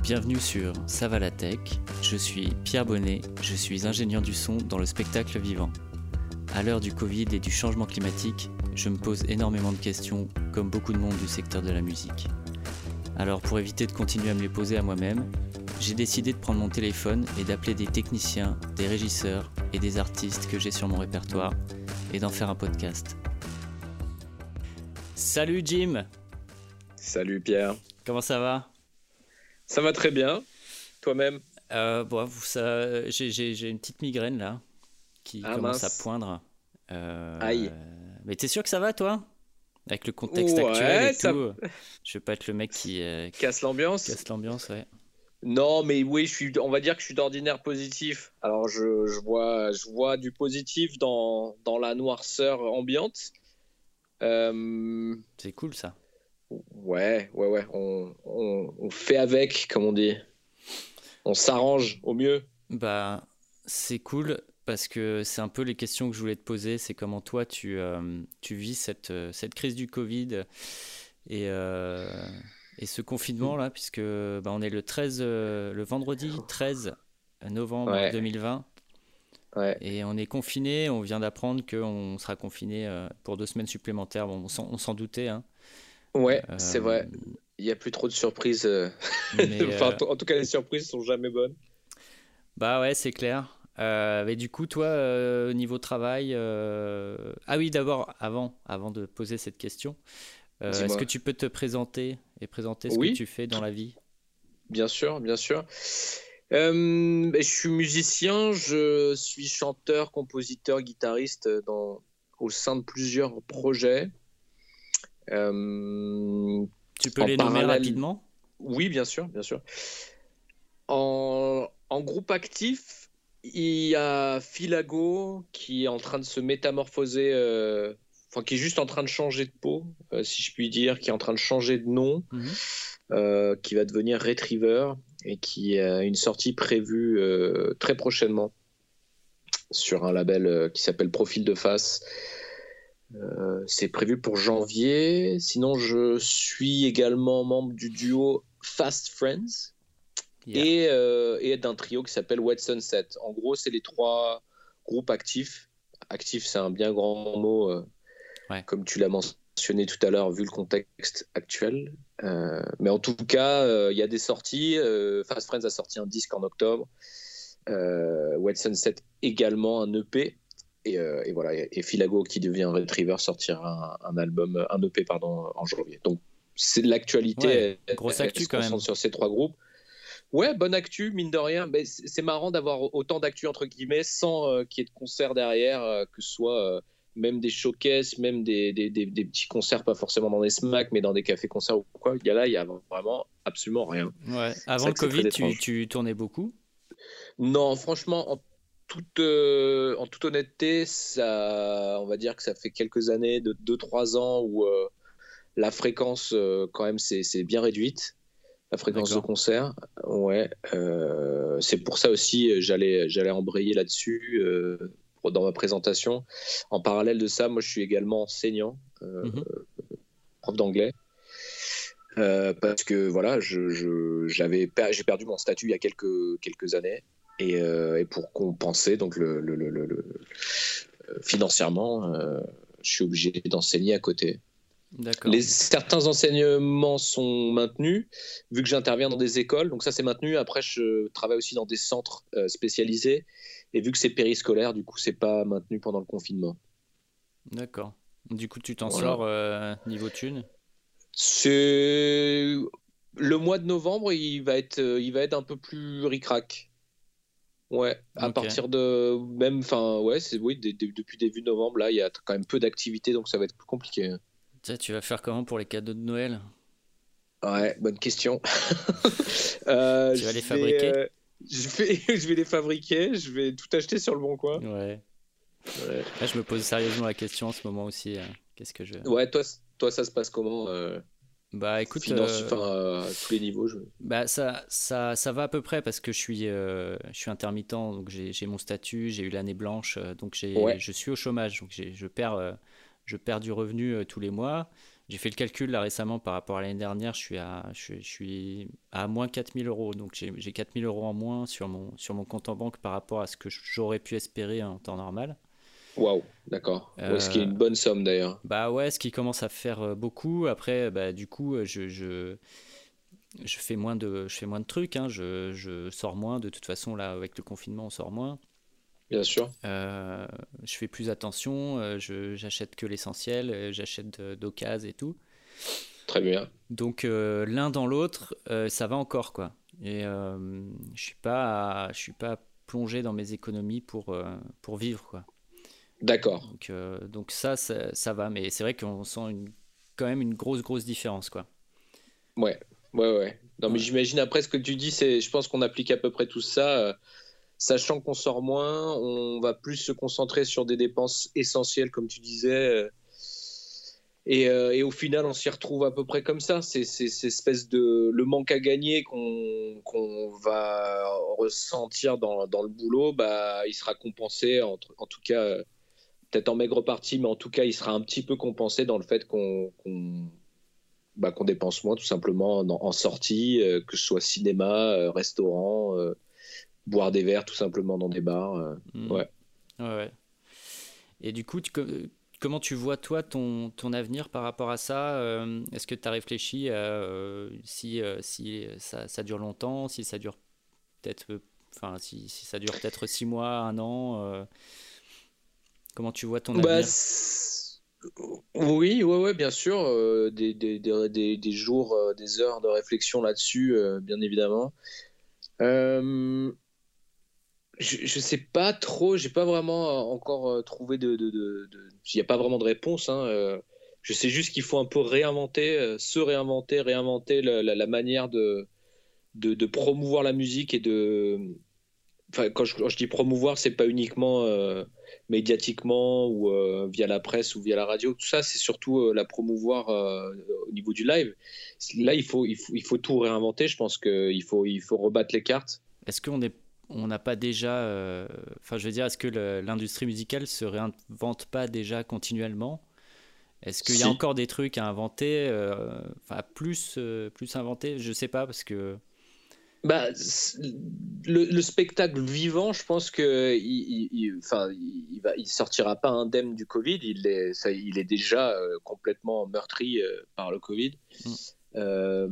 Bienvenue sur Ça va la tech, je suis Pierre Bonnet, je suis ingénieur du son dans le spectacle vivant. À l'heure du Covid et du changement climatique, je me pose énormément de questions, comme beaucoup de monde du secteur de la musique. Alors pour éviter de continuer à me les poser à moi-même, j'ai décidé de prendre mon téléphone et d'appeler des techniciens, des régisseurs et des artistes que j'ai sur mon répertoire et d'en faire un podcast. Salut Jim! Salut Pierre. Comment ça va? Ça va très bien. Toi-même? J'ai une petite migraine là qui commence mince. à poindre. Aïe. Mais t'es sûr que ça va toi? Avec le contexte Ouais, actuel et ça tout, je veux pas être le mec qui casse l'ambiance. casse l'ambiance, ouais. Non, mais oui, on va dire que je suis d'ordinaire positif. Alors je vois du positif dans la noirceur ambiante. C'est cool ça. Ouais. On fait avec, comme on dit. On s'arrange au mieux. Bah, c'est cool parce que c'est un peu les questions que je voulais te poser. C'est comment toi tu vis cette crise du Covid et ce confinement là, puisque on est le vendredi 13 novembre Ouais. 2020 Ouais. et on est confiné. On vient d'apprendre qu'on sera confiné pour 2 semaines supplémentaires. Bon, on s'en doutait, hein. Ouais, Euh, c'est vrai. Il n'y a plus trop de surprises. mais Enfin, en tout cas, les surprises sont jamais bonnes. Bah ouais, c'est clair. Mais du coup, toi, niveau travail, ah oui, d'abord, avant de poser cette question, est-ce que Dis-moi. tu peux te présenter et présenter ce que Oui, tu fais dans la vie? bien sûr, bien sûr. Je suis musicien, je suis chanteur, compositeur, guitariste au sein de plusieurs projets. Euh, Tu peux En les nommer parallèle, rapidement? oui, bien sûr, bien sûr. En groupe actif, il y a Philago qui est en train de se métamorphoser, enfin qui est juste en train de changer de peau, si je puis dire, qui est en train de changer de nom, Mhm. qui va devenir Retriever et qui a une sortie prévue très prochainement sur un label qui s'appelle Profil de Face. C'est prévu pour janvier. Sinon, je suis également membre du duo Fast Friends Yeah. et d'un trio qui s'appelle Wet Sunset. En gros, c'est les 3 groupes actifs. Actif, c'est un bien grand mot, Ouais. comme tu l'as mentionné tout à l'heure, vu le contexte actuel. Mais en tout cas, il y a des sorties. Fast Friends a sorti un disque en octobre. Wet Sunset également un EP. Et voilà. Et Philago, qui devient Retriever, sortira un album, un EP, pardon, en janvier. Donc, c'est de l'actualité. Ouais, Elle grosse actu se quand même. concentre sur ces 3 groupes. Ouais, bonne actu, mine de rien. Mais c'est marrant d'avoir autant d'actu, entre guillemets, sans qu'il y ait de concert derrière, que ce soit même des showcases, même des petits concerts, pas forcément dans des smacks, mais dans des cafés-concerts ou quoi. Il y a vraiment absolument rien. Ouais. C'est Avant ça le que c'est très Covid, étrange. tu tournais beaucoup? Non, franchement, en toute honnêteté, on va dire que ça fait quelques années, de 2-3 ans, où la fréquence, quand même, c'est bien réduite. La fréquence de D'accord. concert, ouais. C'est pour ça aussi, j'allais embrayer là-dessus dans ma présentation. En parallèle de ça, moi, je suis également enseignant, Mhm. prof d'anglais, parce que voilà, j'ai perdu mon statut il y a quelques années, et pour compenser, donc financièrement, je suis obligé d'enseigner à côté. D'accord. Certains enseignements sont maintenus, vu que j'interviens dans des écoles, donc ça c'est maintenu. Après, je travaille aussi dans des centres spécialisés, et vu que c'est périscolaire, du coup, c'est pas maintenu pendant le confinement. D'accord. Du coup, tu t'en Voilà. sors niveau thune? C'est le mois de novembre, il va être un peu plus ric-rac. Ouais, à Ok. partir de même, enfin, ouais, depuis début novembre, là, il y a quand même peu d'activités, donc ça va être plus compliqué. Tu vas faire comment pour les cadeaux de Noël? Ouais, bonne question. Tu vas les Je vais, fabriquer? je vais les fabriquer, je vais tout acheter sur le bon coin. Ouais. Ouais, Là, je me pose sérieusement la question en ce moment aussi. Qu'est-ce que je... ouais, toi, ça se passe comment, Bah écoute, finance, enfin, à tous les niveaux, ça va à peu près parce que je suis intermittent, donc j'ai mon statut, j'ai eu l'année blanche, donc Ouais, je suis au chômage, donc je perds du revenu tous les mois. J'ai fait le calcul là récemment par rapport à l'année dernière, je suis à moins 4 000 euros. Donc j'ai 4 000 euros en moins sur mon compte en banque par rapport à ce que j'aurais pu espérer en temps normal. Waouh, d'accord. Ouais, ce qui est Euh, une bonne somme d'ailleurs. Bah ouais, ce qui commence à faire beaucoup. Après, bah, du coup, je fais moins de trucs, hein. Je sors moins. De toute façon, là, avec le confinement, on sort moins. Bien sûr. Euh, je fais plus attention. J'achète que l'essentiel. J'achète d'occasion et tout. Très bien. Donc l'un dans l'autre, ça va encore quoi. Et je suis pas plongé dans mes économies pour vivre quoi. D'accord. Donc ça va. Mais c'est vrai qu'on sent quand même une grosse différence quoi. Ouais. Ouais, ouais. Non, mais Ouais. j'imagine après ce que tu dis, je pense qu'on applique à peu près tout ça. Sachant qu'on sort moins, on va plus se concentrer sur des dépenses essentielles, comme tu disais. Et au final, on s'y retrouve à peu près comme ça. C'est cette espèce de le manque à gagner qu'on va ressentir dans le boulot, bah, il sera compensé, en tout cas, peut-être en maigre partie, mais en tout cas, il sera un petit peu compensé dans le fait qu'on dépense moins, tout simplement, en sortie, que ce soit cinéma, restaurant, boire des verres, tout simplement, dans des bars. Mm. Ouais. Ouais, ouais. Et du coup, comment tu vois toi ton avenir par rapport à ça? Est-ce que tu as réfléchi à si ça dure longtemps, si ça dure peut-être, si ça dure peut-être 6 mois, un an, comment tu vois ton Bah, avenir? oui, ouais, ouais, bien sûr. Des jours, des heures de réflexion là-dessus, bien évidemment. Euh, je sais pas trop, j'ai pas vraiment encore trouvé il n'y a pas vraiment de réponse, hein. Je sais juste qu'il faut un peu réinventer, se réinventer, réinventer la manière de promouvoir la musique et enfin, quand je dis promouvoir, c'est pas uniquement médiatiquement ou via la presse ou via la radio. Tout ça, c'est surtout la promouvoir au niveau du live. Là, il faut tout réinventer. Je pense il faut rebattre les cartes. Est-ce on n'a pas déjà, enfin je veux dire, est-ce que l'industrie musicale se réinvente pas déjà continuellement? Est-ce qu'il y a Si. encore des trucs à inventer, plus inventer? Je sais pas parce que Bah, le spectacle vivant, je pense que enfin, il sortira pas indemne du Covid. Il est déjà complètement meurtri par le Covid. mm, Euh,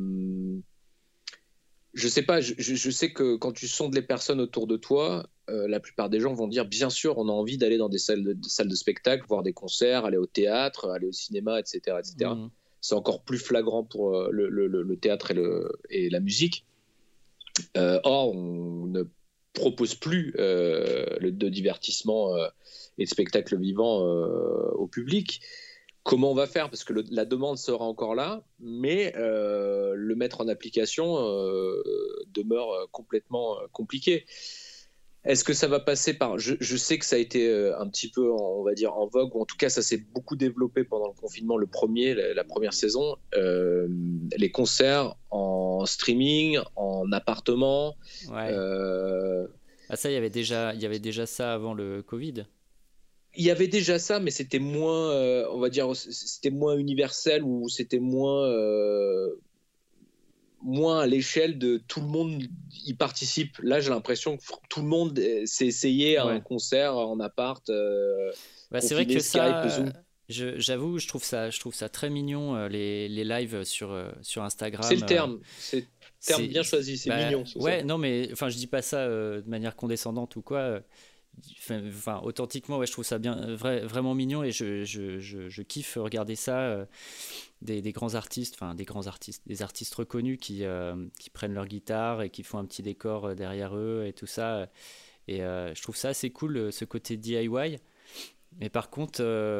je sais pas, je sais que quand tu sondes les personnes autour de toi, la plupart des gens vont dire bien sûr, on a envie d'aller dans des salles de spectacle, voir des concerts, aller au théâtre, aller au cinéma, etc., etc. mm, C'est encore plus flagrant pour le théâtre et la musique. Or, on ne propose plus de divertissement et de spectacle vivant au public. Comment on va faire? Parce que la demande sera encore là, mais le mettre en application demeure complètement compliqué. Est-ce que ça va passer par... Je sais que ça a été un petit peu, on va dire, en vogue, ou en tout cas, ça s'est beaucoup développé pendant le confinement, la première saison. Les concerts en streaming, en appartement. ouais. euh, Ah ça, il y avait déjà ça avant le Covid. Il y avait déjà ça, mais c'était moins, on va dire, c'était moins universel ou c'était moins à l'échelle de tout le monde y participe. Là, j'ai l'impression que tout le monde s'est essayé à un Ouais. concert en appart, Bah, c'est vrai confiné, que Skype, ça, Zoom. j'avoue, je trouve ça très mignon les lives sur C'est Instagram. le terme. C'est le terme C'est, bien choisi. C'est bah, mignon, c'est ça. ouais, non mais enfin je dis pas ça de manière condescendante ou quoi. Authentiquement, ouais, je trouve ça bien, vraiment mignon et je kiffe regarder ça. Des grands artistes, des artistes reconnus qui prennent leur guitare et qui font un petit décor derrière eux et tout ça. Et je trouve ça assez cool, ce côté DIY. Mais par contre,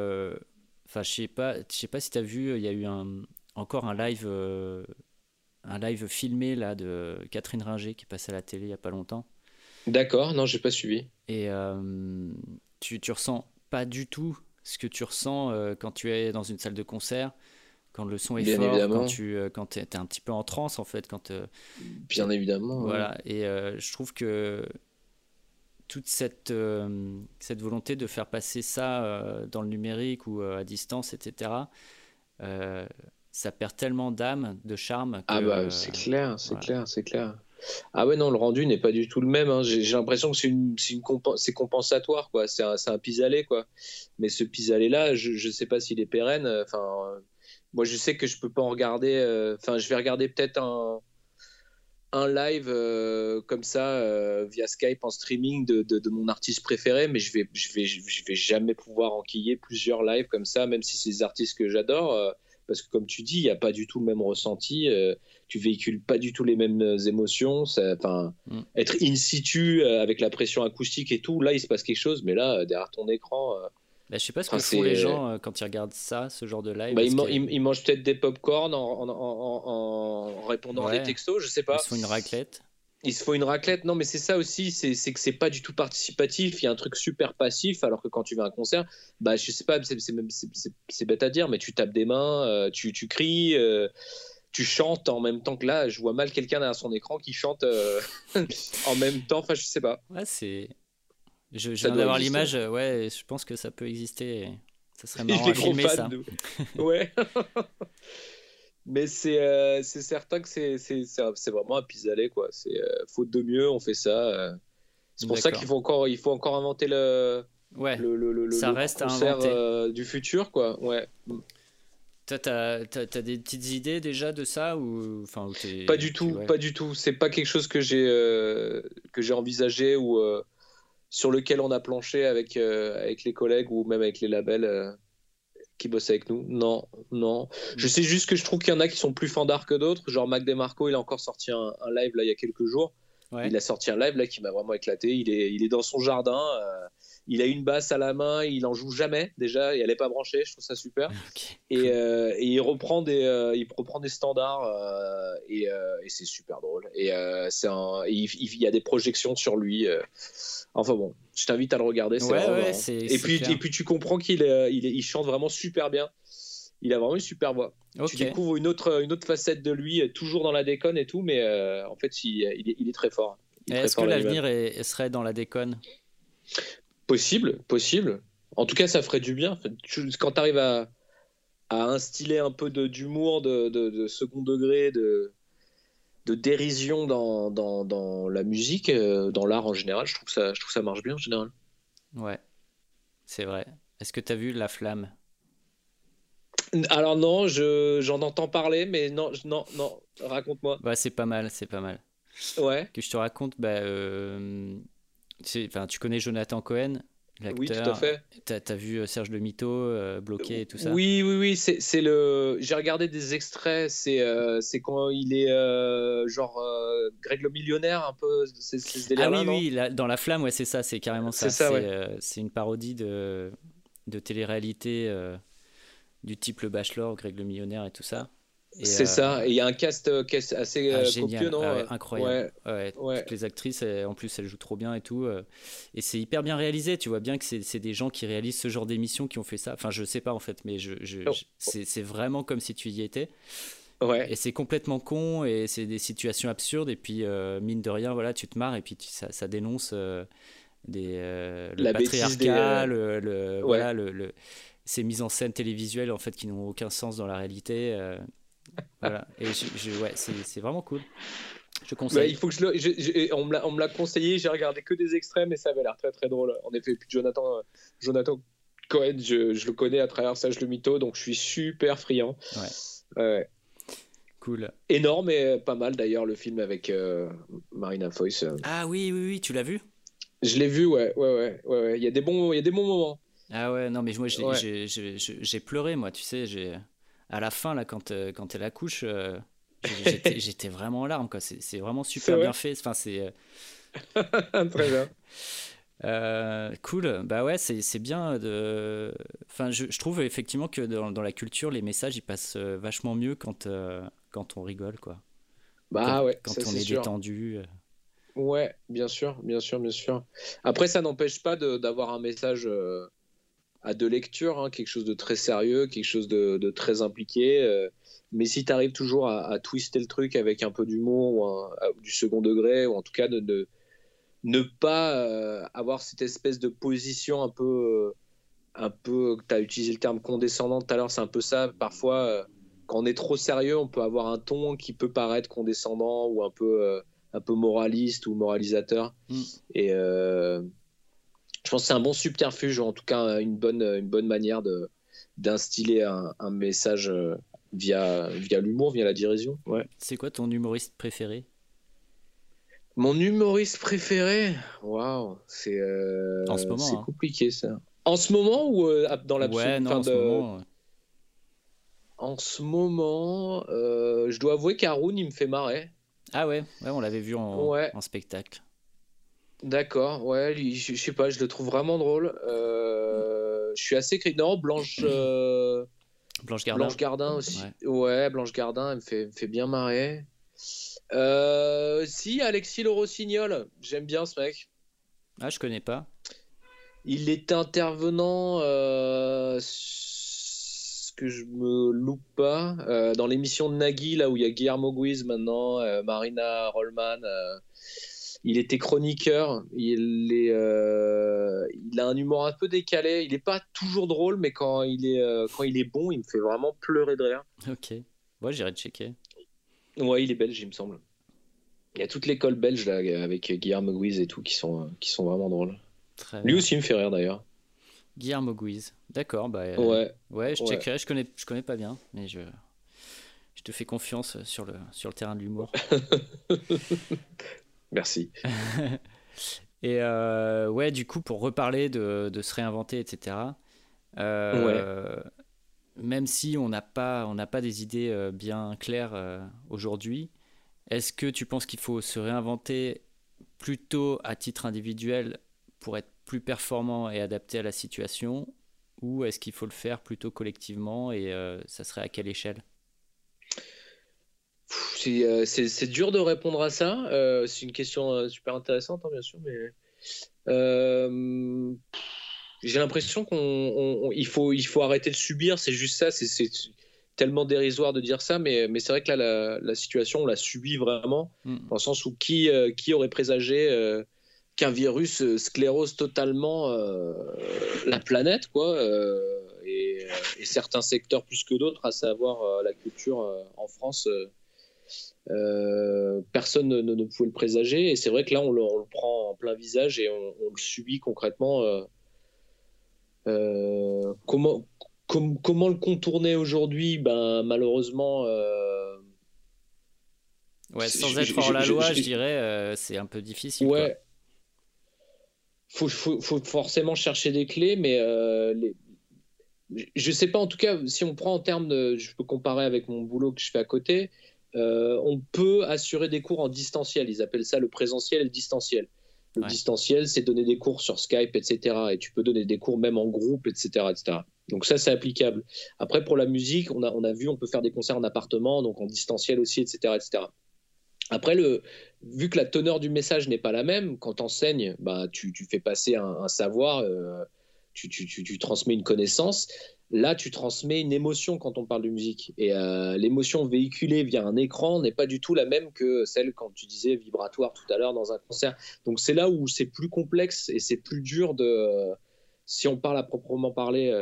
je sais pas si tu as vu, il y a eu encore un live filmé là de Catherine Ringer qui est passé à la télé il y a pas longtemps. D'accord. Non, j'ai pas suivi. Et tu ressens pas du tout ce que tu ressens quand tu es dans une salle de concert, quand le son est Bien fort, évidemment. quand tu es un petit peu en transe en fait, Bien évidemment. Ouais. voilà. Et je trouve que toute cette volonté de faire passer ça dans le numérique ou à distance, etc., ça perd tellement d'âme, de charme que. Ah bah c'est clair, c'est clair, c'est clair. Ah ouais, non, le rendu n'est pas du tout le même, hein. J'ai l'impression que c'est compensatoire, quoi. C'est un pis-aller, quoi. Mais ce pis-aller là, je sais pas s'il est pérenne. Enfin, moi je sais que je peux pas en regarder. Enfin, je vais regarder peut-être un live comme ça via Skype en streaming de mon artiste préféré, mais je vais jamais pouvoir enquiller plusieurs lives comme ça, même si c'est des artistes que j'adore, parce que comme tu dis, il n'y a pas du tout le même ressenti, tu véhicules pas du tout les mêmes émotions, être in situ avec la pression acoustique et tout, là il se passe quelque chose, mais là derrière ton écran. Bah, je sais pas ce que font les gens quand ils regardent ça, ce genre de live. Bah, ils mangent peut-être des pop-corn en répondant à des textos, je sais pas. Ils se font une raclette. Il se faut une raclette. Non, mais c'est ça aussi, c'est que c'est pas du tout participatif. Il y a un truc super passif, alors que quand tu vas à un concert, bah je sais pas, c'est bête à dire, mais tu tapes des mains, tu cries, tu chantes en même temps que là. Je vois mal quelqu'un derrière son écran qui chante en même temps. Enfin, je sais pas. Ouais, c'est. Je viens d'avoir l'image. Ouais, je pense que ça peut exister. Ça serait marrant à filmer ça. Ouais. Mais c'est certain que c'est vraiment un pis-aller, quoi. C'est faute de mieux, on fait ça. C'est pour ça qu'il faut encore inventer le ça reste concert du futur, quoi. Ouais. T'as des petites idées déjà de ça ou pas du tout, pas du tout. C'est pas quelque chose que j'ai envisagé ou sur lequel on a planché avec les collègues ou même avec les labels. Qui bossent avec nous. Non. Je sais juste que je trouve qu'il y en a qui sont plus fandards que d'autres. Genre Mac DeMarco, il a encore sorti un live là il y a quelques jours. Ouais. Il a sorti un live là qui m'a vraiment éclaté. Il est dans son jardin. Il a une basse à la main. Il en joue jamais déjà. Et elle est pas branchée. Je trouve ça super. Okay. Et il reprend des standards et c'est super drôle. Et il y a des projections sur lui. Enfin bon, je t'invite à le regarder. Et puis tu comprends qu'il chante vraiment super bien. Il a vraiment une super voix. Okay. Tu découvres une autre facette de lui, toujours dans la déconne et tout, mais en fait, il est très fort. Est-ce que l'avenir serait dans la déconne ? Possible. En tout cas, ça ferait du bien. Quand tu arrives à instiller un peu d'humour, de second degré, de dérision dans la musique, dans l'art en général, je trouve que ça marche bien en général. Ouais, c'est vrai. Est-ce que tu as vu La Flamme ? Alors non, j'en entends parler, mais non, raconte-moi. Bah, c'est pas mal. Ouais. Que je te raconte, tu connais Jonathan Cohen, l'acteur. Oui, tout à fait. T'as vu Serge Le Mito, Bloqué et tout ça ? Oui. J'ai regardé des extraits. C'est quand il est Greg le millionnaire, un peu. C'est ce délire-là, ah oui, dans La Flamme, ouais, c'est ça, c'est carrément ça. C'est ça, ouais. C'est une parodie de télé-réalité du type Le Bachelor, Greg le millionnaire et tout ça. C'est ça, et il y a un cast assez copieux, non ? Incroyable. Ouais. Toutes les actrices, en plus, elles jouent trop bien et tout. Et c'est hyper bien réalisé. Tu vois bien que c'est des gens qui réalisent ce genre d'émissions qui ont fait ça. Enfin, je sais pas en fait, mais c'est vraiment comme si tu y étais. Ouais. Et c'est complètement con et c'est des situations absurdes. Et puis, mine de rien, voilà, tu te marres et puis ça dénonce le patriarcat, voilà, ces mises en scène télévisuelles en fait qui n'ont aucun sens dans la réalité. Voilà, et c'est vraiment cool. Je conseille. Il faut que on me l'a conseillé, j'ai regardé que des extraits, mais ça avait l'air très très drôle. En effet, puis Jonathan Cohen, je le connais à travers Serge Le Mito, donc je suis super friand. Ouais. Cool. Énorme et pas mal d'ailleurs le film avec Marina Foïs. Ah oui, tu l'as vu ? Je l'ai vu, ouais. Il y a des bons moments. Ah ouais, non mais moi j'ai pleuré moi, tu sais, à la fin là quand elle accouche, j'étais vraiment en larmes quoi. C'est vraiment super bien fait. Enfin c'est très bien. Cool. Bah ouais, c'est bien de. Enfin, je trouve effectivement que dans la culture, les messages ils passent vachement mieux quand on rigole quoi. Bah ouais. Quand on est détendu. Ouais, bien sûr. Après, ça n'empêche pas d'avoir un message à deux lectures, hein, quelque chose de très sérieux, quelque chose de très impliqué. Mais si tu arrives toujours à twister le truc avec un peu d'humour ou du second degré, ou en tout cas de ne pas avoir cette espèce de position un peu tu as utilisé le terme condescendant tout à l'heure, c'est un peu ça. Parfois, quand on est trop sérieux, on peut avoir un ton qui peut paraître condescendant ou un peu moraliste ou moralisateur. Et je pense que c'est un bon subterfuge, en tout cas une bonne manière d'instiller un message via l'humour, via la dérision. Ouais. C'est quoi ton humoriste préféré? Mon humoriste préféré? Waouh, c'est en ce moment, c'est compliqué ça. En ce moment ou dans l'absolu? Ouais, non, en ce moment. En ce moment, je dois avouer qu'Haroun, il me fait marrer. Ah ouais, on l'avait vu en spectacle. D'accord, ouais, je sais pas, je le trouve vraiment drôle. Je suis assez critique. Non, Blanche Gardin aussi. Ouais, Blanche Gardin, elle me fait bien marrer. Si, Alexis Le Rossignol, j'aime bien ce mec. Ah, je connais pas. Il est intervenant, que je me loupe pas, dans l'émission de Nagui, là où il y a Guillermo Guiz maintenant, Marina Rollman. Il était chroniqueur. Il a un humour un peu décalé. Il n'est pas toujours drôle, mais quand il est bon, il me fait vraiment pleurer de rire. Ok. Ouais, j'irai checker. Ouais, il est belge, il me semble. Il y a toute l'école belge là, avec Guillermo Guiz et tout qui sont vraiment drôles. Lui aussi me fait rire d'ailleurs. Guillermo Guiz. D'accord, bah ouais, je checkerai. Je connais pas bien, mais je te fais confiance sur le terrain de l'humour. Merci. Et ouais, du coup, pour reparler de se réinventer, etc. Même si on n'a pas des idées bien claires aujourd'hui, est-ce que tu penses qu'il faut se réinventer plutôt à titre individuel pour être plus performant et adapté à la situation, ou est-ce qu'il faut le faire plutôt collectivement, et ça serait à quelle échelle? C'est dur de répondre à ça. C'est une question super intéressante, hein, bien sûr, mais j'ai l'impression qu'il faut arrêter de subir. C'est juste ça. C'est tellement dérisoire de dire ça, mais c'est vrai que là, la situation, on la subit vraiment, dans le sens où qui aurait présagé qu'un virus sclérose totalement la planète, quoi, et certains secteurs plus que d'autres, à savoir la culture en France. Personne ne pouvait le présager, et c'est vrai que là on le prend en plein visage et on le subit concrètement. Comment le contourner aujourd'hui? Ben malheureusement, sans être hors la loi, je dirais, c'est un peu difficile. Ouais, faut forcément chercher des clés, mais je sais pas. En tout cas, si on prend en termes je peux comparer avec mon boulot que je fais à côté. On peut assurer des cours en distanciel. Ils appellent ça le présentiel et le distanciel. Le distanciel, c'est donner des cours sur Skype, etc. Et tu peux donner des cours même en groupe, etc. Donc ça, c'est applicable. Après, pour la musique, on a vu, on peut faire des concerts en appartement, donc en distanciel aussi, etc. Après, vu que la teneur du message n'est pas la même, quand tu enseignes, bah, tu fais passer un savoir, tu transmets une connaissance. Là, tu transmets une émotion quand on parle de musique. Et l'émotion véhiculée via un écran n'est pas du tout la même que celle, quand tu disais vibratoire tout à l'heure, dans un concert. Donc c'est là où c'est plus complexe et c'est plus dur si on parle à proprement parler,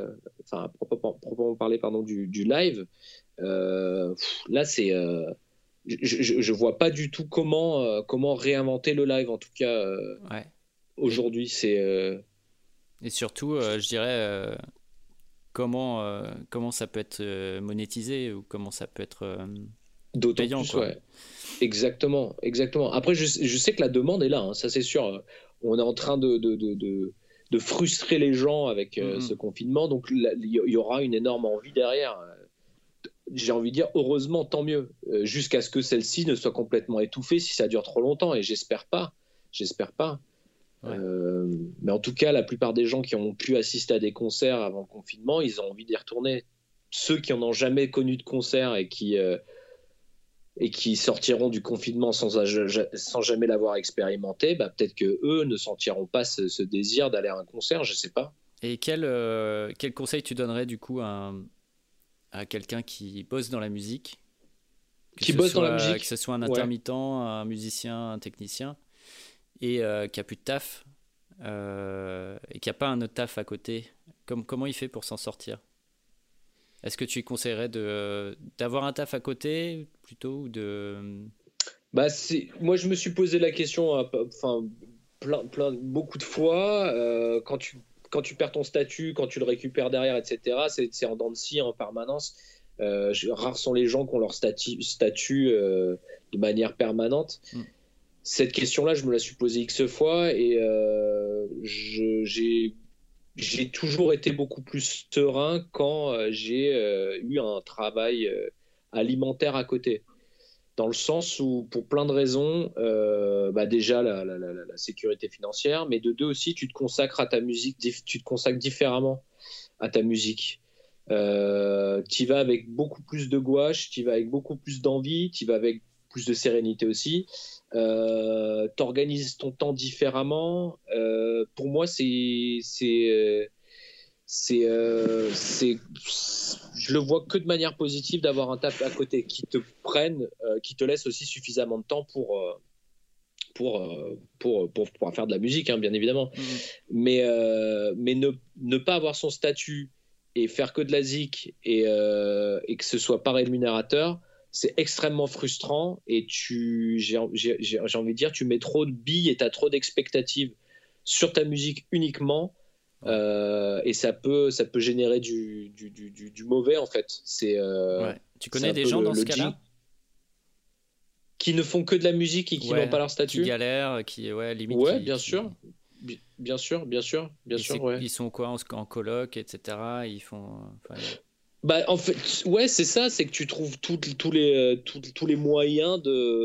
du live. Là, c'est... je vois pas du tout comment réinventer le live, en tout cas aujourd'hui. Et surtout, je dirais... Comment ça peut être monétisé, ou comment ça peut être payant, plus, quoi. Ouais. Exactement. Après, je sais que la demande est là, hein, ça c'est sûr. On est en train de frustrer les gens avec ce confinement, donc il y aura une énorme envie derrière. J'ai envie de dire, heureusement, tant mieux, jusqu'à ce que celle-ci ne soit complètement étouffée si ça dure trop longtemps, et j'espère pas. Ouais. Mais en tout cas, la plupart des gens qui ont pu assister à des concerts avant le confinement, ils ont envie d'y retourner. Ceux qui n'en ont jamais connu de concert et qui sortiront du confinement sans jamais l'avoir expérimenté, bah, peut-être qu'eux ne sentiront pas ce désir d'aller à un concert, je ne sais pas. Et quel conseil tu donnerais du coup à quelqu'un qui bosse dans la musique, que ce soit un intermittent, un musicien, un technicien, et qui a plus de taf, et qui a pas un autre taf à côté, comment il fait pour s'en sortir? Est-ce que tu conseillerais d'avoir un taf à côté plutôt ou de... Bah, moi, je me suis posé la question, enfin, beaucoup de fois. Quand tu perds ton statut, quand tu le récupères derrière, etc., c'est en dents de scie en permanence. Rares sont les gens qui ont leur statut de manière permanente. Mm. Cette question-là, je me la suis posée X fois et j'ai toujours été beaucoup plus serein quand j'ai eu un travail alimentaire à côté. Dans le sens où, pour plein de raisons, bah déjà la sécurité financière, mais de deux aussi, tu te consacres à ta musique, tu te consacres différemment à ta musique. Tu y vas avec beaucoup plus de gouache, tu y vas avec beaucoup plus d'envie, tu y vas avec plus de sérénité aussi. Tu organises ton temps différemment. Pour moi, je le vois que de manière positive d'avoir un taf à côté qui te laisse aussi suffisamment de temps pour pouvoir faire de la musique, hein, bien évidemment. Mmh. Mais ne pas avoir son statut et faire que de la zik et que ce soit pas rémunérateur, c'est extrêmement frustrant et j'ai envie de dire, tu mets trop de billes et tu as trop d'expectatives sur ta musique uniquement. Et ça peut générer du mauvais en fait. Ouais. Tu connais des gens dans ce cas-là qui ne font que de la musique et qui n'ont pas leur statut, qui galèrent, limite. Ouais, bien sûr, bien sûr. Ouais. Ils sont quoi en coloc, etc. Ils font. Bah, en fait, ouais, c'est ça, c'est que tu trouves tous les moyens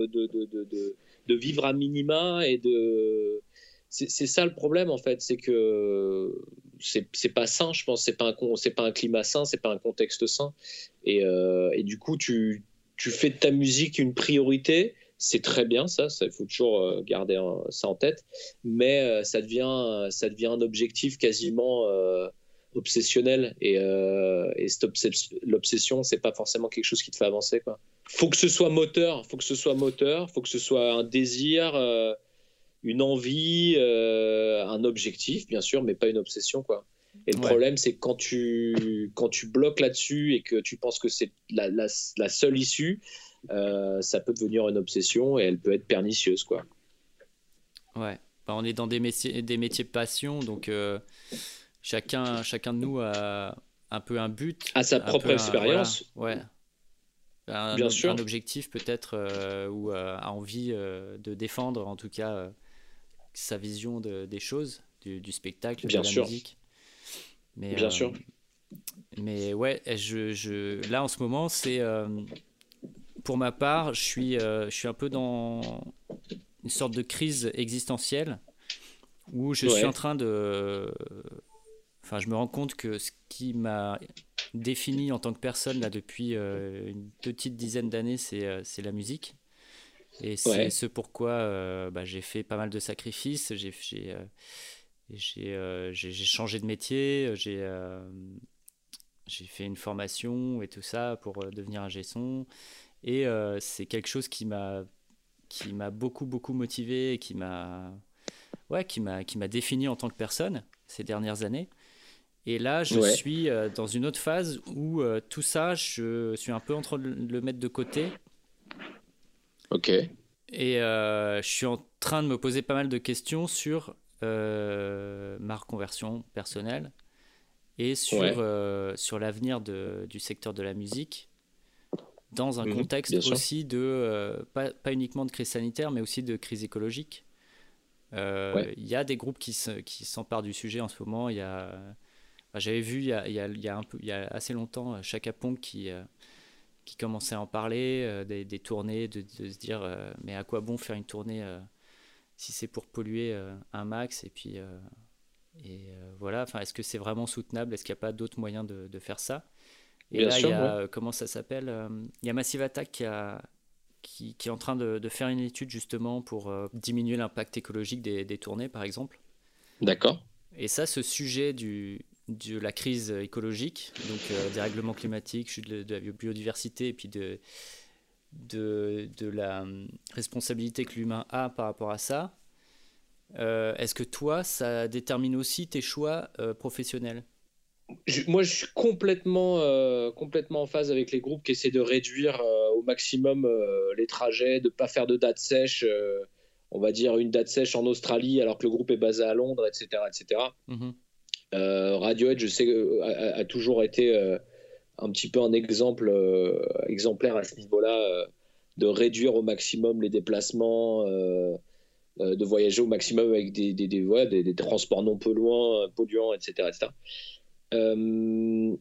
de vivre à minima et c'est ça le problème en fait, c'est que c'est pas sain, je pense, c'est pas un climat sain, c'est pas un contexte sain et du coup tu fais de ta musique une priorité, c'est très bien ça, il faut toujours garder ça en tête, mais ça devient un objectif quasiment obsessionnel et l'obsession, c'est pas forcément quelque chose qui te fait avancer, quoi. Faut que ce soit moteur, faut que ce soit un désir, une envie, un objectif, bien sûr, mais pas une obsession, quoi. Et le problème, c'est que quand tu bloques là-dessus et que tu penses que c'est la seule issue, ça peut devenir une obsession et elle peut être pernicieuse, quoi. Ouais, on est dans des métiers de passion, donc chacun de nous a un peu un but. À sa propre expérience. Voilà, ouais. Bien sûr. Un objectif peut-être ou a envie de défendre, en tout cas, sa vision des choses, du spectacle, bien de la sûr. musique. Mais, bien sûr. Mais ouais, là en ce moment, c'est pour ma part, je suis un peu dans une sorte de crise existentielle où je suis en train de... Enfin, je me rends compte que ce qui m'a défini en tant que personne là, depuis une petite dizaine d'années, c'est la musique. Et c'est ce pourquoi j'ai fait pas mal de sacrifices. J'ai changé de métier, j'ai fait une formation et tout ça pour devenir ingé son. Et c'est quelque chose qui m'a beaucoup motivé et qui m'a défini en tant que personne ces dernières années. Et là, je suis dans une autre phase où tout ça, je suis un peu en train de le mettre de côté. Ok. Et je suis en train de me poser pas mal de questions sur ma reconversion personnelle et sur l'avenir du secteur de la musique dans un contexte aussi de, pas uniquement de crise sanitaire, mais aussi de crise écologique. Il y a des groupes qui s'emparent du sujet en ce moment. J'avais vu il y a assez longtemps Chaka Ponk qui commençait à en parler, des tournées, de se dire mais à quoi bon faire une tournée si c'est pour polluer un max et puis voilà, enfin, est-ce que c'est vraiment soutenable, est-ce qu'il n'y a pas d'autres moyens de faire ça? Et bien là sûr, il y a comment ça s'appelle, il y a Massive Attack qui est en train de faire une étude justement pour diminuer l'impact écologique des tournées par exemple. D'accord. Et ça, ce sujet de la crise écologique, donc des règlements climatiques, chute de la biodiversité et puis de la responsabilité que l'humain a par rapport à ça, est-ce que toi, ça détermine aussi tes choix professionnels? Moi, je suis complètement en phase avec les groupes qui essaient de réduire au maximum les trajets, de ne pas faire de date sèche, on va dire une date sèche en Australie alors que le groupe est basé à Londres, etc. etc. Mhm. Radiohead, je sais, a toujours été un petit peu un exemple exemplaire à ce niveau-là, de réduire au maximum les déplacements, de voyager au maximum avec des transports non polluants, etc. etc. Euh,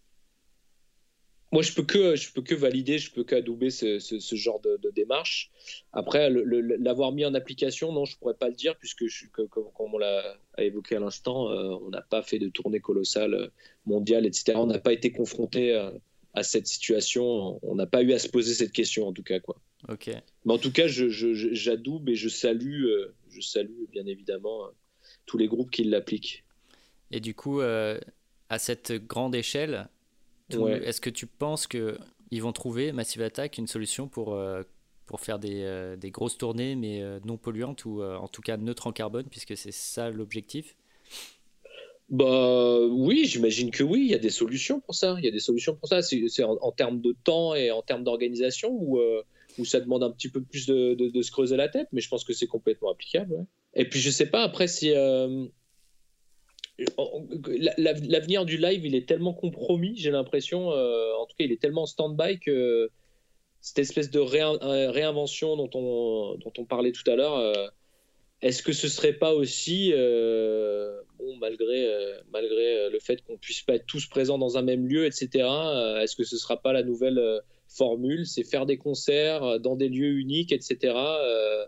Moi, je peux que valider, je peux qu'adouber ce genre de démarche. Après, l'avoir mis en application, non, je pourrais pas le dire, puisque comme on l'a évoqué à l'instant, on n'a pas fait de tournée colossale mondiale, etc. On n'a pas été confronté à cette situation. On n'a pas eu à se poser cette question, en tout cas, quoi. Ok. Mais en tout cas, j'adoube et je salue bien évidemment tous les groupes qui l'appliquent. Et du coup, à cette grande échelle, Ouais. est-ce que tu penses qu'ils vont trouver, Massive Attack, une solution pour faire des grosses tournées, mais non polluantes, ou en tout cas neutres en carbone, puisque c'est ça l'objectif? Bah oui, j'imagine que oui, il y a des solutions pour ça. Il y a des solutions pour ça. C'est en termes de temps et en termes d'organisation où ça demande un petit peu plus de se creuser la tête, mais je pense que c'est complètement applicable. Ouais. Et puis je sais pas après si l'avenir du live il est tellement compromis, j'ai l'impression. En tout cas, il est tellement en stand-by que cette espèce de réinvention dont on parlait tout à l'heure. Est-ce que ce serait pas aussi, bon, malgré le fait qu'on puisse pas être tous présents dans un même lieu, etc., est-ce que ce sera pas la nouvelle formule, c'est faire des concerts dans des lieux uniques, etc.,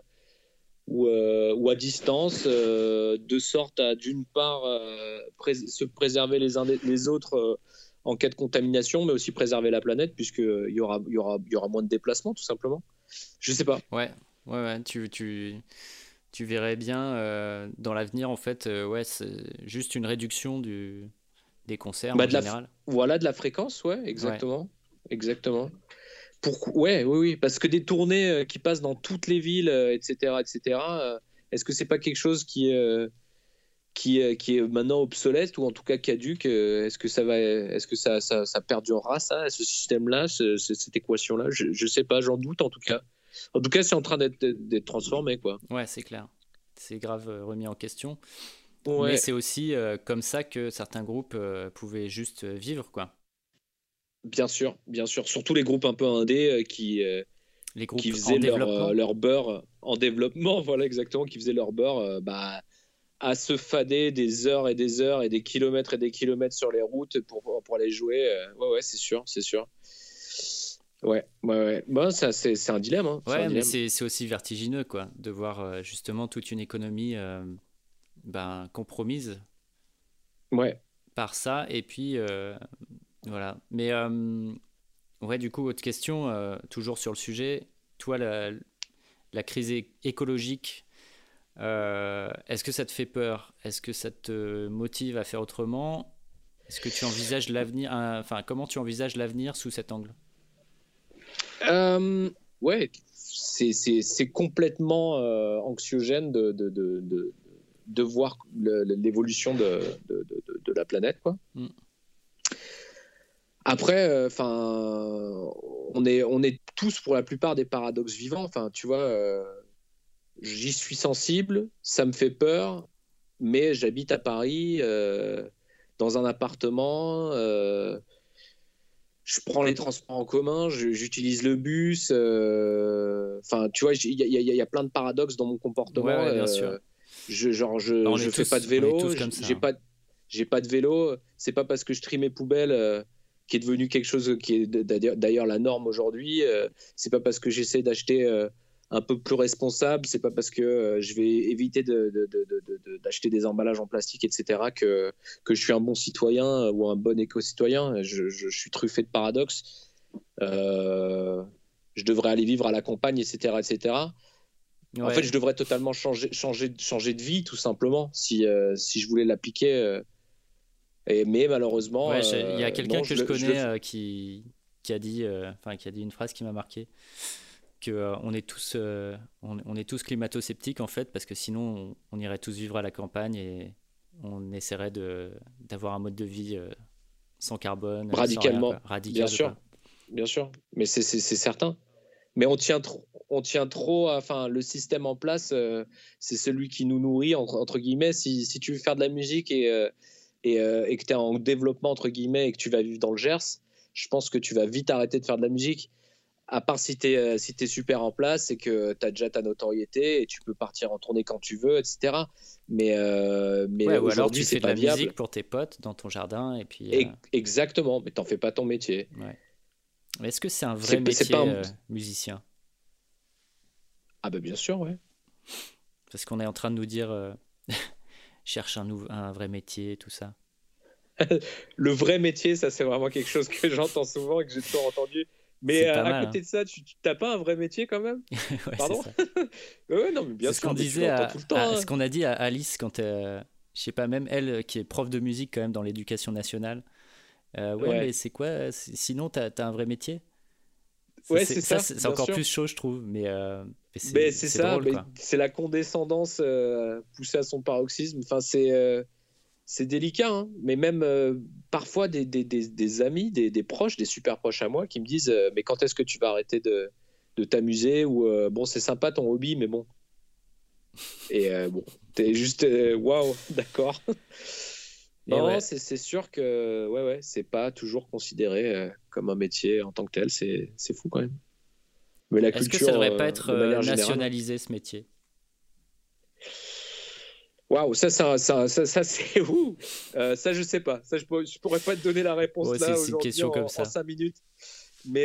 ou à distance, de sorte à d'une part se préserver les uns les autres en cas de contamination, mais aussi préserver la planète, puisqu'il y aura moins de déplacements, tout simplement. Je sais pas. Ouais, ouais, ouais. Tu verrais bien dans l'avenir, en fait, ouais, c'est juste une réduction des concerts Bah, en général. voilà, de la fréquence, ouais, Ouais. exactement. Exactement. Ouais, oui, oui, parce que des tournées qui passent dans toutes les villes, etc., etc., est-ce que c'est pas quelque chose qui est maintenant obsolète ou en tout cas caduque? Est-ce que ça perdurera, ça, ce système-là, cette équation-là? Je sais pas, j'en doute en tout cas. En tout cas, c'est en train d'être transformé, quoi. Ouais, c'est clair. C'est grave remis en question. Mais Ouais, c'est aussi comme ça que certains groupes pouvaient juste vivre, quoi. bien sûr, bien sûr. Surtout les groupes un peu indés Les qui groupes en faisaient développement. leur beurre en développement, voilà exactement, qui faisaient leur beurre bah, à se fader des heures et des heures et des kilomètres sur les routes pour aller jouer. Ouais, ouais, c'est sûr, c'est sûr. Ouais, ouais, ouais. Bon, ça, c'est un dilemme, hein, c'est un Ouais, mais dilemme. c'est aussi vertigineux, quoi, de voir justement toute une économie ben, compromise Ouais. par ça. Et puis, voilà. Mais, ouais, du coup, autre question, toujours sur le sujet. Toi, la crise écologique, est-ce que ça te fait peur? Est-ce que ça te motive à faire autrement? Est-ce que tu envisages l'avenir, enfin, comment tu envisages l'avenir sous cet angle? Ouais, c'est complètement anxiogène de voir l'évolution de la planète, quoi. Mm. Après, enfin, on est tous pour la plupart des paradoxes vivants. Enfin, tu vois, j'y suis sensible, ça me fait peur, mais j'habite à Paris, dans un appartement. Je prends les transports en commun, j'utilise le bus. Enfin, tu vois, il y a plein de paradoxes dans mon Ouais, comportement. ouais, bien sûr. Bah, Je fais pas de on est vélo, tous comme ça, hein. j'ai pas de vélo. C'est pas parce que je trie mes poubelles qui est devenu quelque chose qui est d'ailleurs la norme aujourd'hui. C'est pas parce que j'essaie d'acheter un peu plus responsable. C'est pas parce que je vais éviter d'acheter des emballages en plastique, etc. Que je suis un bon citoyen ou un bon éco-citoyen. Je suis truffé de paradoxes. Euh, je devrais aller vivre à la campagne, etc., etc. En fait, Ouais, je devrais totalement changer de vie, tout simplement, si je voulais l'appliquer. Mais malheureusement, ouais, il y a quelqu'un non, que je je le connais qui a dit, enfin, qui a dit une phrase qui m'a marqué, que on est tous climato-sceptiques en fait, parce que sinon on irait tous vivre à la campagne, on essaierait d'avoir un mode de vie sans carbone, radicalement, sans rien, radical, bien sûr, mais c'est certain. Mais on tient trop, enfin, le système en place, c'est celui qui nous nourrit, entre guillemets. Si tu veux faire de la musique et que tu es en développement, entre guillemets, et que tu vas vivre dans le Gers, je pense que tu vas vite arrêter de faire de la musique. À part si tu es super en place et que tu as déjà ta notoriété et tu peux partir en tournée quand tu veux, etc. Mais ou alors tu fais de la viable. musique pour tes potes dans ton jardin. Et puis, Exactement, mais t'en fais pas ton métier. Ouais. Mais est-ce que c'est un vrai métier musicien ? Ah bah bien sûr, ouais. Parce qu'on est en train de nous dire cherche un vrai métier, tout ça. Le vrai métier, ça c'est vraiment quelque chose que j'entends souvent et que j'ai toujours entendu. Mais à côté de ça, tu n'as pas un vrai métier quand même? Ouais, pardon. Ouais, non, mais bien sûr. Ce qu'on disait ce qu'on a dit à Alice quand, je sais pas, même elle qui est prof de musique quand même dans l'éducation nationale. Mais c'est quoi? Sinon, t'as un vrai métier? C'est ça. C'est encore plus chaud, je trouve. Mais c'est ça. Drôle, quoi. C'est la condescendance poussée à son paroxysme. Enfin, c'est délicat, hein. Mais même parfois des amis, des proches, des super proches à moi qui me disent mais quand est-ce que tu vas arrêter de t'amuser, ou bon, c'est sympa ton hobby, mais bon. Et bon, t'es juste waouh, d'accord. Non, ouais. C'est sûr que c'est pas toujours considéré comme un métier en tant que tel. C'est fou quand même. Mais la culture, est-ce que ça devrait pas être nationalisé, ce métier? Waouh, ça c'est où ça je sais pas. Ça je pourrais pas te donner la réponse là aujourd'hui, une question comme ça. En 5 minutes. Mais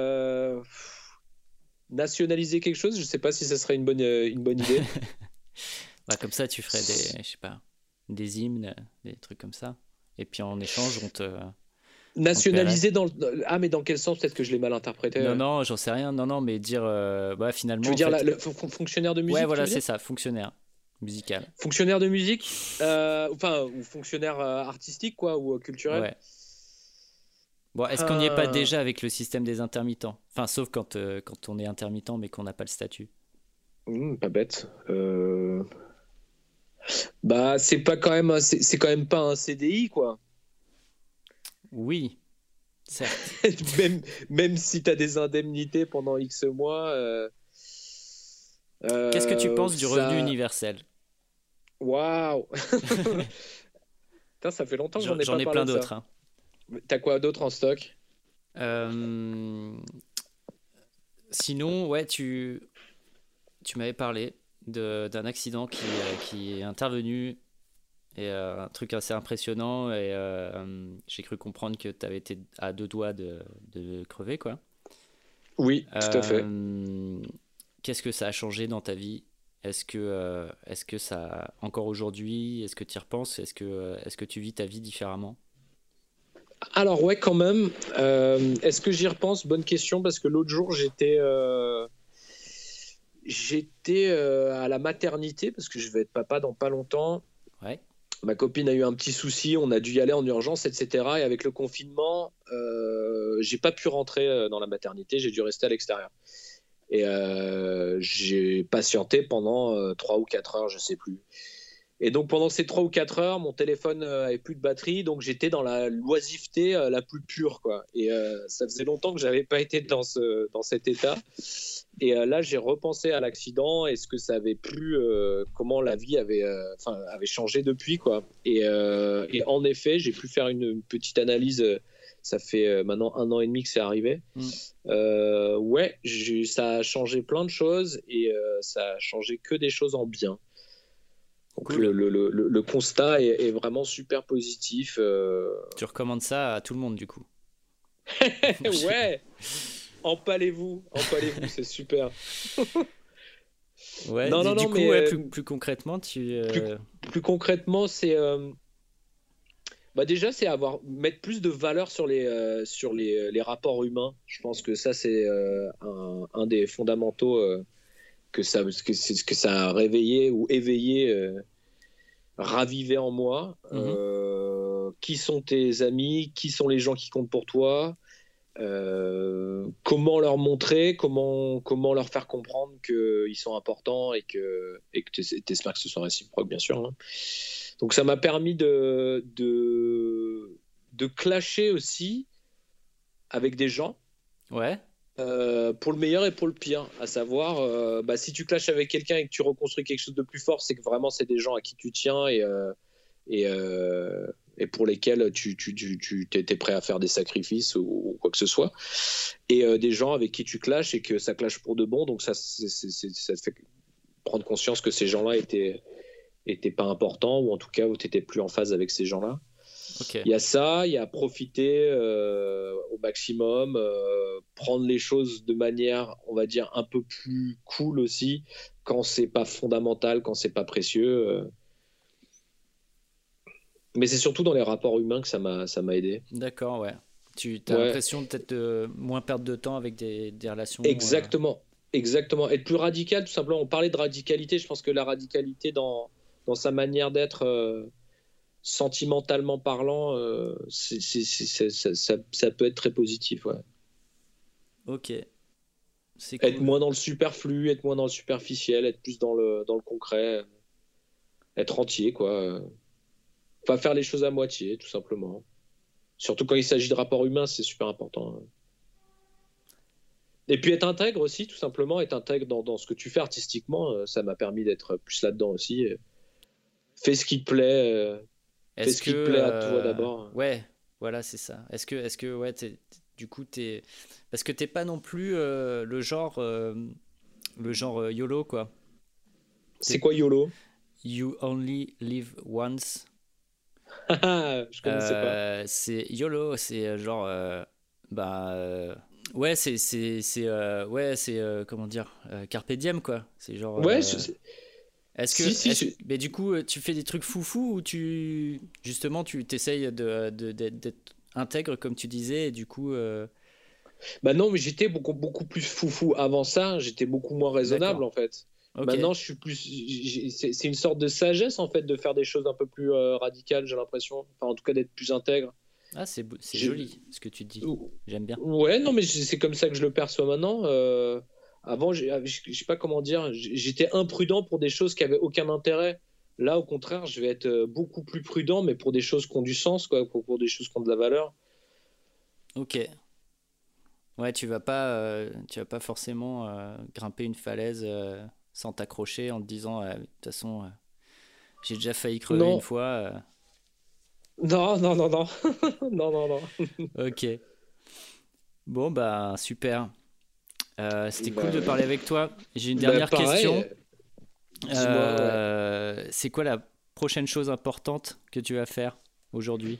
nationaliser quelque chose, je sais pas si ça serait une bonne idée. Comme ça, tu ferais des hymnes, des trucs comme ça. Et puis en échange, on te nationaliser mais dans quel sens? Peut-être que je l'ai mal interprété. Non, j'en sais rien. Non, mais dire finalement. Tu veux dire le fonctionnaire de musique? Ouais, voilà, c'est ça, fonctionnaire musical. Fonctionnaire de musique, ou fonctionnaire artistique, quoi, ou culturel. Ouais. Bon, est-ce qu'on n'y est pas déjà avec le système des intermittents? Enfin, sauf quand on est intermittent mais qu'on n'a pas le statut. Pas bête. Bah, c'est quand même pas un CDI, quoi. Oui, certes. même si tu as des indemnités pendant X mois. Qu'est-ce que tu penses du revenu universel? Waouh. Ça fait longtemps que j'en ai pas parlé. J'en ai plein d'autres. Hein. T'as quoi d'autre en stock? Sinon, ouais, tu m'avais parlé d'un accident qui est intervenu, et un truc assez impressionnant, et j'ai cru comprendre que tu avais été à 2 doigts de crever, quoi. Oui, tout à fait. Qu'est-ce que ça a changé dans ta vie? Est-ce que ça, encore aujourd'hui, est-ce que tu y repenses? Est-ce que tu vis ta vie différemment? Alors ouais, quand même. Est-ce que j'y repense? Bonne question, parce que l'autre jour j'étais à la maternité, parce que je vais être papa dans pas longtemps. Ouais. Ma copine a eu un petit souci, on a dû y aller en urgence, etc. Et avec le confinement, j'ai pas pu rentrer dans la maternité, j'ai dû rester à l'extérieur. Et j'ai patienté pendant 3 ou 4 heures, je sais plus. Et donc pendant ces 3 ou 4 heures, mon téléphone avait plus de batterie, donc j'étais dans la loisiveté la plus pure, quoi. Et ça faisait longtemps que j'avais pas été dans cet état. Et là, j'ai repensé à l'accident et ce que ça avait plu, comment la vie avait changé depuis, quoi. Et en effet, j'ai pu faire une petite analyse. Ça fait maintenant 1 an et demi que c'est arrivé. Ouais, ça a changé plein de choses, et ça a changé que des choses en bien. Donc cool. Le constat est vraiment super positif. Tu recommandes ça à tout le monde, du coup? Ouais. Empalez-vous, c'est super. Ouais. Du coup, mais plus concrètement, plus concrètement, c'est déjà c'est mettre plus de valeur sur les rapports humains. Je pense que ça c'est un des fondamentaux que ça a réveillé ou éveillé, ravivé en moi. Qui sont tes amis? Qui sont les gens qui comptent pour toi? comment leur montrer, comment leur faire comprendre qu'ils sont importants et que t'espères que ce soit réciproque, bien sûr. Hein. Donc ça m'a permis de clasher aussi avec des gens. Ouais. Pour le meilleur et pour le pire, à savoir, si tu clashes avec quelqu'un et que tu reconstruis quelque chose de plus fort, c'est que vraiment c'est des gens à qui tu tiens et pour lesquels tu étais prêt à faire des sacrifices ou quoi que ce soit, et des gens avec qui tu clashes et que ça clash pour de bon, donc ça te fait prendre conscience que ces gens-là étaient pas importants, ou en tout cas où tu étais plus en phase avec ces gens-là. Okay. Il y a ça, il y a profiter au maximum, prendre les choses de manière, on va dire, un peu plus cool aussi, quand c'est pas fondamental, quand c'est pas précieux. Mais c'est surtout dans les rapports humains que ça m'a aidé. D'accord, ouais. Tu as l'impression peut-être de moins perdre de temps avec des relations. Exactement. Être plus radical, tout simplement. On parlait de radicalité, je pense que la radicalité dans sa manière d'être, sentimentalement parlant, ça peut être très positif, ouais. Ok. C'est cool. Être moins dans le superflu, être moins dans le superficiel, être plus dans le concret, être entier, quoi. Pas faire les choses à moitié, tout simplement. Surtout quand il s'agit de rapports humains, c'est super important. Et puis être intègre aussi, tout simplement, être intègre dans ce que tu fais artistiquement, ça m'a permis d'être plus là-dedans aussi. Fais ce qui te plaît, fais ce qui te plaît à toi d'abord. Ouais, voilà, c'est ça. Est-ce que ouais, du coup, parce que t'es pas non plus le genre YOLO, quoi. C'est quoi YOLO? You only live once. Je connaissais pas. C'est YOLO, c'est genre ouais, c'est comment dire, carpe diem, quoi. C'est genre ouais, mais du coup tu fais des trucs foufou, ou tu t'essayes d'être intègre, comme tu disais, et du coup bah non, mais j'étais beaucoup plus foufou avant ça, j'étais beaucoup moins raisonnable. D'accord. En fait. Okay. Maintenant, je suis plus. C'est une sorte de sagesse, en fait, de faire des choses un peu plus radicales, j'ai l'impression. Enfin, en tout cas, d'être plus intègre. Ah, c'est joli ce que tu dis. J'aime bien. Ouais, non, mais c'est comme ça que je le perçois maintenant. Avant, je sais pas comment dire, j'étais imprudent pour des choses qui avaient aucun intérêt. Là, au contraire, je vais être beaucoup plus prudent, mais pour des choses qui ont du sens, quoi, pour des choses qui ont de la valeur. Ok. Ouais, tu vas pas forcément grimper une falaise sans t'accrocher, en te disant de toute façon j'ai déjà failli crever une fois. Non. non. Ok. Bon, bah super. C'était cool de parler avec toi. J'ai une dernière question. Ouais. C'est quoi la prochaine chose importante que tu vas faire aujourd'hui?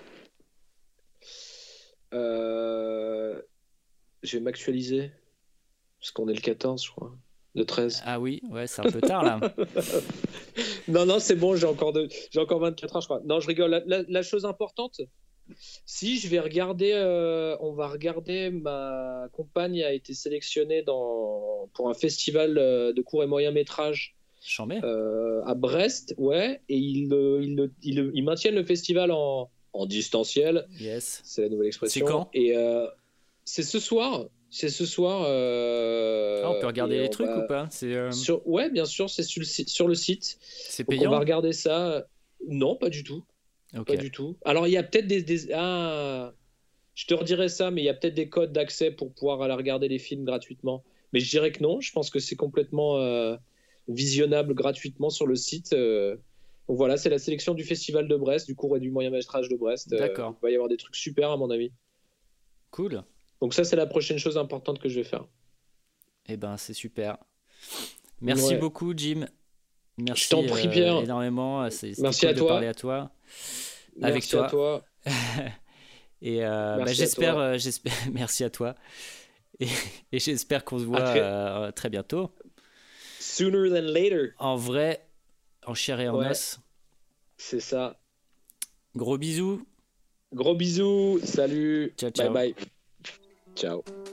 Je vais m'actualiser, parce qu'on est le 14, je crois. Le 13. Ah oui, ouais, c'est un peu tard là. non, c'est bon, j'ai encore 24 heures, je crois. Non, je rigole. La chose importante, si je vais regarder, on va regarder, ma compagne a été sélectionnée pour un festival de court et moyen métrage à Brest, ouais, et ils maintiennent le festival en distanciel. Yes. C'est la nouvelle expression. C'est quand? Et c'est ce soir. On peut regarder les trucs ou pas? Ouais, bien sûr, c'est sur le site. C'est payant? Donc on va regarder ça. Non, pas du tout. Okay. Pas du tout. Alors il y a peut-être je te redirai ça, mais il y a peut-être des codes d'accès pour pouvoir aller regarder les films gratuitement. Mais je dirais que non. Je pense que c'est complètement visionnable gratuitement sur le site. Donc voilà, c'est la sélection du Festival de Brest, du court et du moyen métrage de Brest. D'accord. Il va y avoir des trucs super, à mon avis. Cool. Donc ça, c'est la prochaine chose importante que je vais faire. Eh ben, c'est super. Merci beaucoup, Jim. Merci. Je t'en prie, Pierre. Énormément. Merci cool à de toi. Parler à toi. Merci avec toi. Et j'espère. Merci à toi. Et j'espère qu'on se voit très bientôt. Sooner than later. En vrai, en chair et en os. C'est ça. Gros bisous. Gros bisous. Salut. Ciao. Bye bye. Ciao.